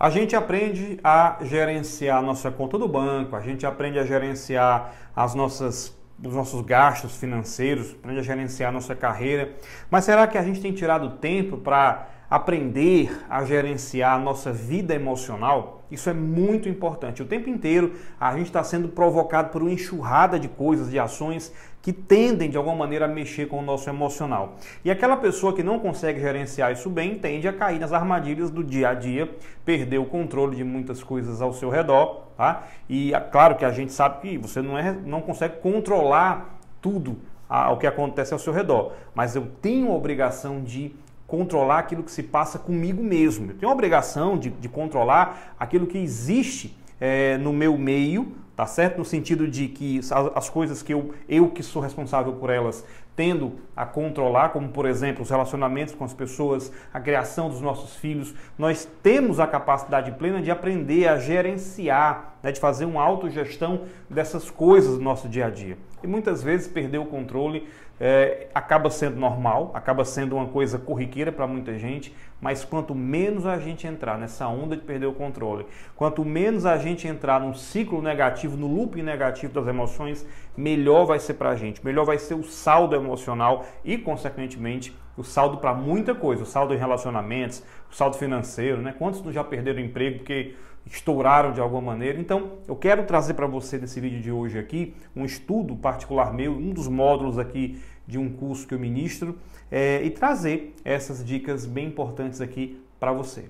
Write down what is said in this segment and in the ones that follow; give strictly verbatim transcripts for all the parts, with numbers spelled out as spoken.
A gente aprende a gerenciar a nossa conta do banco, a gente aprende a gerenciar as nossas, os nossos gastos financeiros, aprende a gerenciar a nossa carreira, mas será que a gente tem tirado tempo para aprender a gerenciar a nossa vida emocional? Isso é muito importante. O tempo inteiro a gente está sendo provocado por uma enxurrada de coisas, de ações que tendem de alguma maneira a mexer com o nosso emocional. E aquela pessoa que não consegue gerenciar isso bem tende a cair nas armadilhas do dia a dia, perder o controle de muitas coisas ao seu redor, tá? E é claro que a gente sabe que você não, é, não consegue controlar tudo o que acontece ao seu redor, mas eu tenho a obrigação de controlar aquilo que se passa comigo mesmo. Eu tenho a obrigação de, de controlar aquilo que existe é, no meu meio, tá certo? No sentido de que as, as coisas que eu, eu que sou responsável por elas, tendo a controlar, como por exemplo os relacionamentos com as pessoas, a criação dos nossos filhos, nós temos a capacidade plena de aprender a gerenciar, né, de fazer uma autogestão dessas coisas do nosso dia a dia. E muitas vezes perder o controle é, acaba sendo normal, acaba sendo uma coisa corriqueira para muita gente, mas quanto menos a gente entrar nessa onda de perder o controle, quanto menos a gente entrar num ciclo negativo, no looping negativo das emoções, melhor vai ser para a gente, melhor vai ser o saldo emocional e, consequentemente, o saldo para muita coisa, o saldo em relacionamentos, o saldo financeiro, né? Quantos não já perderam o emprego porque estouraram de alguma maneira? Então, eu quero trazer para você nesse vídeo de hoje aqui um estudo particular meu, um dos módulos aqui de um curso que eu ministro, é, e trazer essas dicas bem importantes aqui para você.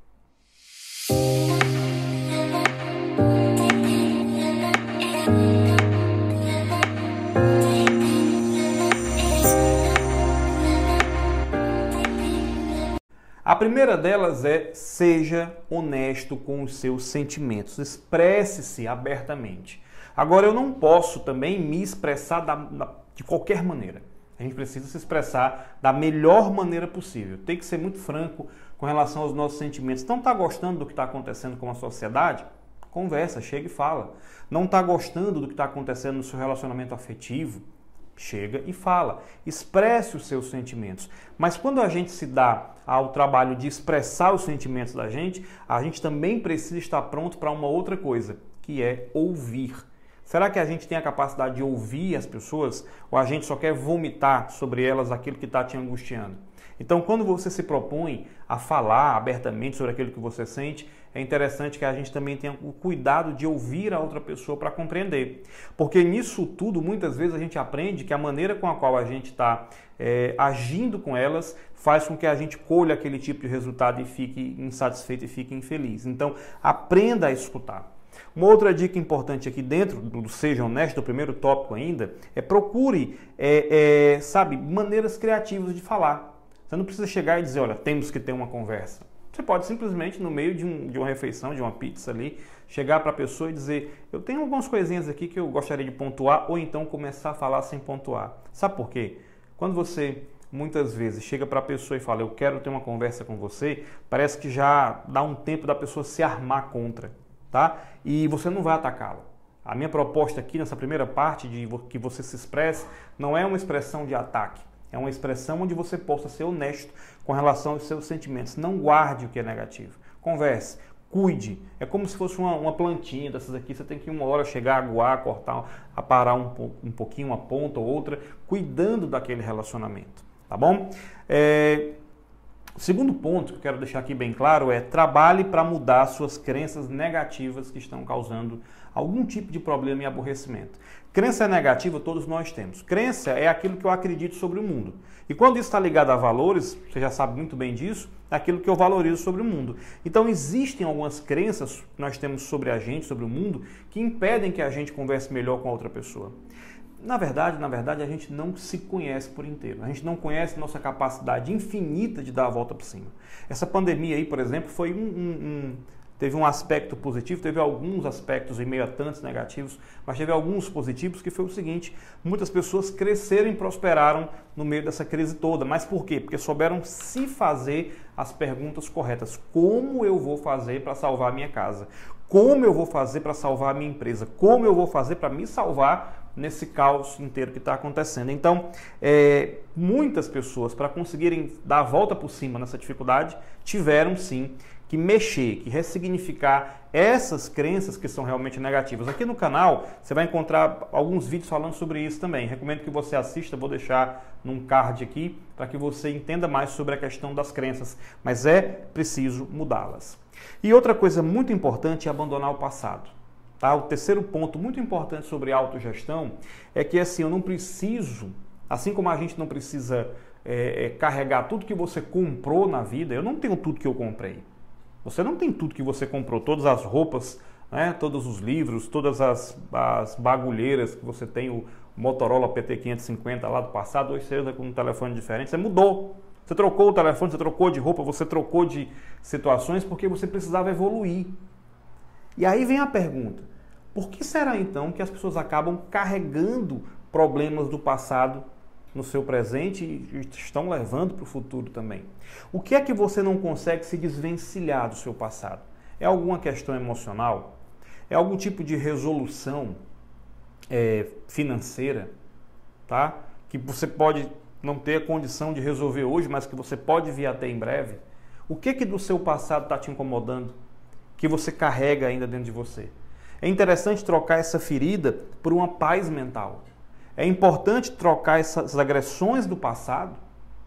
A primeira delas é: seja honesto com os seus sentimentos, expresse-se abertamente. Agora, eu não posso também me expressar da, da, de qualquer maneira. A gente precisa se expressar da melhor maneira possível. Tem que ser muito franco com relação aos nossos sentimentos. Não está gostando do que está acontecendo com a sociedade? Conversa, chega e fala. Não está gostando do que está acontecendo no seu relacionamento afetivo? Chega e fala, expresse os seus sentimentos. Mas quando a gente se dá ao trabalho de expressar os sentimentos da gente, a gente também precisa estar pronto para uma outra coisa, que é ouvir. Será que a gente tem a capacidade de ouvir as pessoas ou a gente só quer vomitar sobre elas aquilo que está te angustiando? Então, quando você se propõe a falar abertamente sobre aquilo que você sente, é interessante que a gente também tenha o cuidado de ouvir a outra pessoa para compreender. Porque nisso tudo, muitas vezes a gente aprende que a maneira com a qual a gente está é, agindo com elas faz com que a gente colha aquele tipo de resultado e fique insatisfeito e fique infeliz. Então, aprenda a escutar. Uma outra dica importante aqui dentro do Seja Honesto, o primeiro tópico ainda, é procure, é, é, sabe, maneiras criativas de falar. Você não precisa chegar e dizer, olha, temos que ter uma conversa. Você pode simplesmente, no meio de, um, de uma refeição, de uma pizza ali, chegar para a pessoa e dizer, eu tenho algumas coisinhas aqui que eu gostaria de pontuar, ou então começar a falar sem pontuar. Sabe por quê? Quando você, muitas vezes, chega para a pessoa e fala, eu quero ter uma conversa com você, parece que já dá um tempo da pessoa se armar contra, tá? E você não vai atacá-la. A minha proposta aqui, nessa primeira parte, de que você se expresse, não é uma expressão de ataque. É uma expressão onde você possa ser honesto com relação aos seus sentimentos. Não guarde o que é negativo. Converse, cuide. É como se fosse uma, uma plantinha dessas aqui. Você tem que uma hora chegar a aguar, cortar, aparar um, um pouquinho, uma ponta ou outra, cuidando daquele relacionamento. Tá bom? É... O segundo ponto que eu quero deixar aqui bem claro é: trabalhe para mudar suas crenças negativas que estão causando algum tipo de problema e aborrecimento. Crença negativa todos nós temos. Crença é aquilo que eu acredito sobre o mundo. E quando isso está ligado a valores, você já sabe muito bem disso, é aquilo que eu valorizo sobre o mundo. Então existem algumas crenças que nós temos sobre a gente, sobre o mundo, que impedem que a gente converse melhor com a outra pessoa. Na verdade, na verdade, a gente não se conhece por inteiro. A gente não conhece nossa capacidade infinita de dar a volta por cima. Essa pandemia aí, por exemplo, foi um, um, um, teve um aspecto positivo, teve alguns aspectos em meio a tantos negativos, mas teve alguns positivos, que foi o seguinte: muitas pessoas cresceram e prosperaram no meio dessa crise toda. Mas por quê? Porque souberam se fazer as perguntas corretas. Como eu vou fazer para salvar a minha casa? Como eu vou fazer para salvar a minha empresa? Como eu vou fazer para me salvar nesse caos inteiro que está acontecendo? Então, é, muitas pessoas, para conseguirem dar a volta por cima nessa dificuldade, tiveram sim que mexer, que ressignificar essas crenças que são realmente negativas. Aqui no canal você vai encontrar alguns vídeos falando sobre isso também. Recomendo que você assista, vou deixar num card aqui para que você entenda mais sobre a questão das crenças, mas é preciso mudá-las. E outra coisa muito importante é abandonar o passado. Tá? O terceiro ponto muito importante sobre autogestão é que assim, eu não preciso, assim como a gente não precisa é, é, carregar tudo que você comprou na vida, eu não tenho tudo que eu comprei. Você não tem tudo que você comprou, todas as roupas, né, todos os livros, todas as, as bagulheiras que você tem, o Motorola P T quinhentos e cinquenta lá do passado, hoje você usa com um telefone diferente, você mudou. Você trocou o telefone, você trocou de roupa, você trocou de situações porque você precisava evoluir. E aí vem a pergunta, por que será então que as pessoas acabam carregando problemas do passado no seu presente e estão levando para o futuro também? O que é que você não consegue se desvencilhar do seu passado? É alguma questão emocional? É algum tipo de resolução é, financeira, tá? Que você pode não ter a condição de resolver hoje, mas que você pode vir até em breve? O que é que do seu passado está te incomodando? Que você carrega ainda dentro de você? É interessante trocar essa ferida por uma paz mental. É importante trocar essas agressões do passado,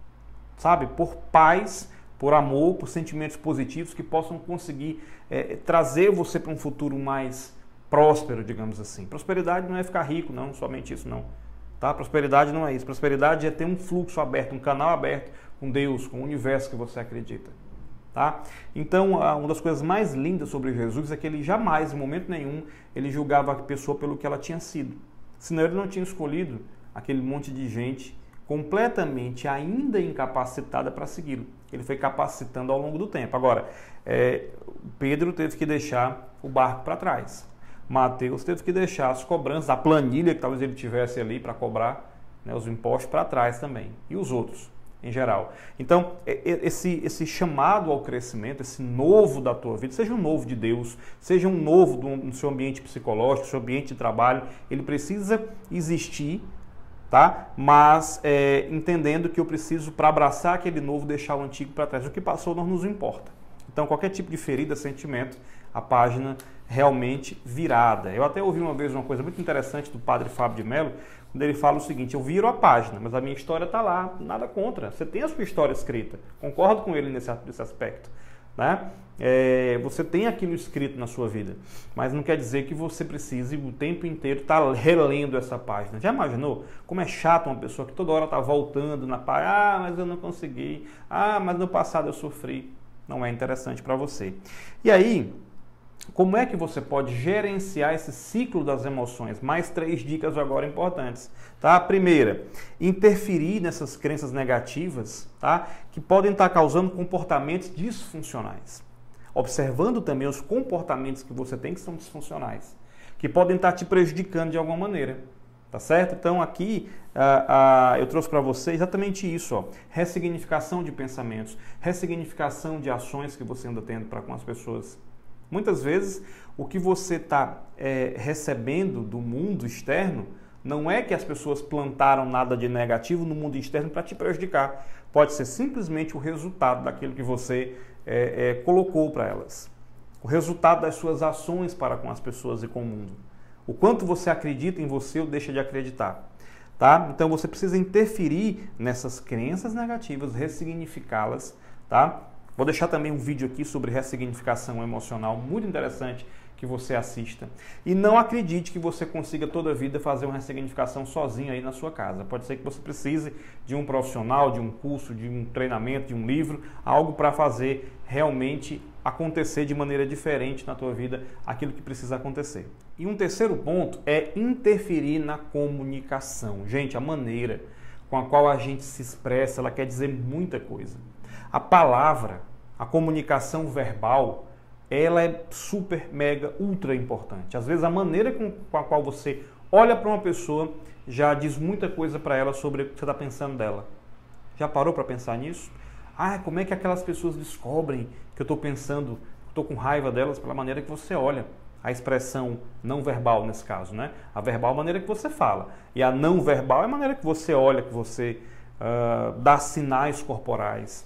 sabe, por paz, por amor, por sentimentos positivos que possam conseguir é, trazer você para um futuro mais próspero, digamos assim. Prosperidade não é ficar rico, não, somente isso não. Tá? Prosperidade não é isso. Prosperidade é ter um fluxo aberto, um canal aberto com Deus, com o universo que você acredita. Tá? Então, uma das coisas mais lindas sobre Jesus é que ele jamais, em momento nenhum, ele julgava a pessoa pelo que ela tinha sido. Senão ele não tinha escolhido aquele monte de gente completamente ainda incapacitada para segui-lo. Ele foi capacitando ao longo do tempo. Agora, é, Pedro teve que deixar o barco para trás. Mateus teve que deixar as cobranças, a planilha que talvez ele tivesse ali para cobrar, né, os impostos para trás também. E os outros, em geral. Então, esse, esse chamado ao crescimento, esse novo da tua vida, seja um novo de Deus, seja um novo do, no seu ambiente psicológico, no seu ambiente de trabalho, ele precisa existir, tá? Mas é, entendendo que eu preciso, para abraçar aquele novo, deixar o antigo para trás. O que passou não nos importa. Então, qualquer tipo de ferida, sentimento, a página realmente virada. Eu até ouvi uma vez uma coisa muito interessante do padre Fábio de Mello, quando ele fala o seguinte: eu viro a página, mas a minha história está lá, nada contra. Você tem a sua história escrita, concordo com ele nesse, nesse aspecto. Né? É, você tem aquilo escrito na sua vida, mas não quer dizer que você precise o tempo inteiro estar tá relendo essa página. Já imaginou como é chato uma pessoa que toda hora está voltando na página? Ah, mas eu não consegui. Ah, mas no passado eu sofri. Não é interessante para você. E aí, como é que você pode gerenciar esse ciclo das emoções? Mais três dicas agora importantes, tá? A primeira, interferir nessas crenças negativas, tá? Que podem estar causando comportamentos disfuncionais. Observando também os comportamentos que você tem que são disfuncionais, que podem estar te prejudicando de alguma maneira. Tá certo? Então aqui uh, uh, eu trouxe para você exatamente isso, ó, ressignificação de pensamentos, ressignificação de ações que você anda tendo para com as pessoas. Muitas vezes o que você está é, recebendo do mundo externo não é que as pessoas plantaram nada de negativo no mundo externo para te prejudicar. Pode ser simplesmente o resultado daquilo que você é, é, colocou para elas. O resultado das suas ações para com as pessoas e com o mundo. O quanto você acredita em você ou deixa de acreditar. Tá? Então você precisa interferir nessas crenças negativas, ressignificá-las. Tá? Vou deixar também um vídeo aqui sobre ressignificação emocional, muito interessante, que você assista. E não acredite que você consiga toda a vida fazer uma ressignificação sozinho aí na sua casa. Pode ser que você precise de um profissional, de um curso, de um treinamento, de um livro, algo para fazer realmente acontecer de maneira diferente na tua vida aquilo que precisa acontecer. E um terceiro ponto é interferir na comunicação. Gente, a maneira com a qual a gente se expressa, ela quer dizer muita coisa. A palavra, a comunicação verbal, ela é super, mega, ultra importante. Às vezes a maneira com a qual você olha para uma pessoa já diz muita coisa para ela sobre o que você está pensando dela. Já parou para pensar nisso? Ah, como é que aquelas pessoas descobrem que eu estou pensando, estou com raiva delas pela maneira que você olha? A expressão não verbal nesse caso, né? A verbal é a maneira que você fala. E a não verbal é a maneira que você olha, que você uh, dá sinais corporais.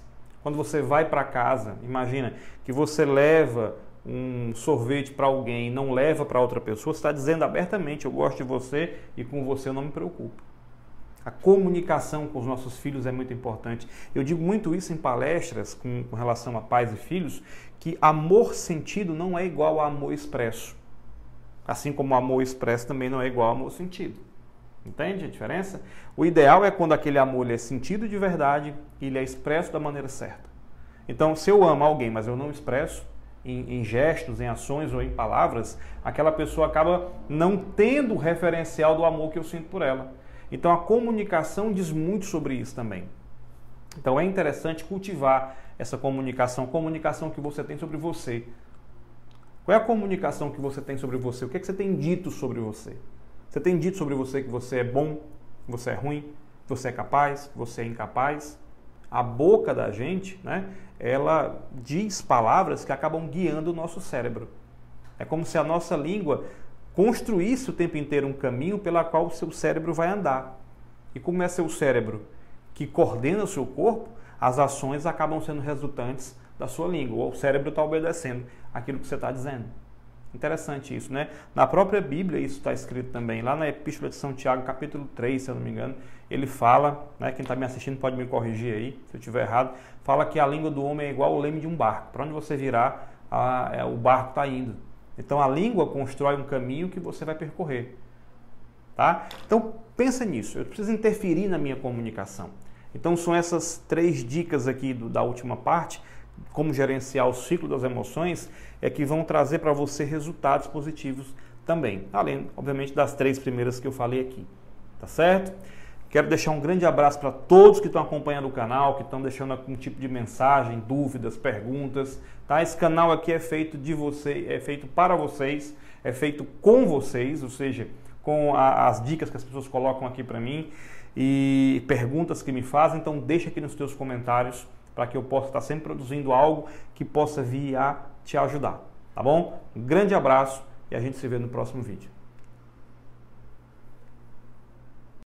Quando você vai para casa, imagina que você leva um sorvete para alguém e não leva para outra pessoa, você está dizendo abertamente, eu gosto de você e com você eu não me preocupo. A comunicação com os nossos filhos é muito importante. Eu digo muito isso em palestras com, com relação a pais e filhos, que amor sentido não é igual a amor expresso. Assim como amor expresso também não é igual a amor sentido. Entende a diferença? O ideal é quando aquele amor ele é sentido de verdade e ele é expresso da maneira certa. Então, se eu amo alguém, mas eu não expresso em, em gestos, em ações ou em palavras, aquela pessoa acaba não tendo o referencial do amor que eu sinto por ela. Então, a comunicação diz muito sobre isso também. Então, é interessante cultivar essa comunicação, comunicação que você tem sobre você. Qual é a comunicação que você tem sobre você? O que é que você tem dito sobre você? Você tem dito sobre você que você é bom, que você é ruim, que você é capaz, que você é incapaz? A boca da gente, né, ela diz palavras que acabam guiando o nosso cérebro. É como se a nossa língua construísse o tempo inteiro um caminho pela qual o seu cérebro vai andar. E como é seu cérebro que coordena o seu corpo, as ações acabam sendo resultantes da sua língua, ou o cérebro está obedecendo aquilo que você está dizendo. Interessante isso, né? Na própria Bíblia isso está escrito também, lá na Epístola de São Tiago, capítulo três, se eu não me engano, ele fala, né, quem está me assistindo pode me corrigir aí, se eu estiver errado, fala que a língua do homem é igual ao leme de um barco. Para onde você virar, a, é, o barco está indo. Então a língua constrói um caminho que você vai percorrer. Tá? Então pensa nisso, eu preciso interferir na minha comunicação. Então são essas três dicas aqui do, da última parte, como gerenciar o ciclo das emoções, é que vão trazer para você resultados positivos também. Além, obviamente, das três primeiras que eu falei aqui. Tá certo? Quero deixar um grande abraço para todos que estão acompanhando o canal, que estão deixando algum tipo de mensagem, dúvidas, perguntas. Tá? Esse canal aqui é feito de você, é feito para vocês, é feito com vocês, ou seja, com a, as dicas que as pessoas colocam aqui para mim e perguntas que me fazem. Então deixa aqui nos teus comentários para que eu possa estar sempre produzindo algo que possa vir a te ajudar, tá bom? Um grande abraço e a gente se vê no próximo vídeo.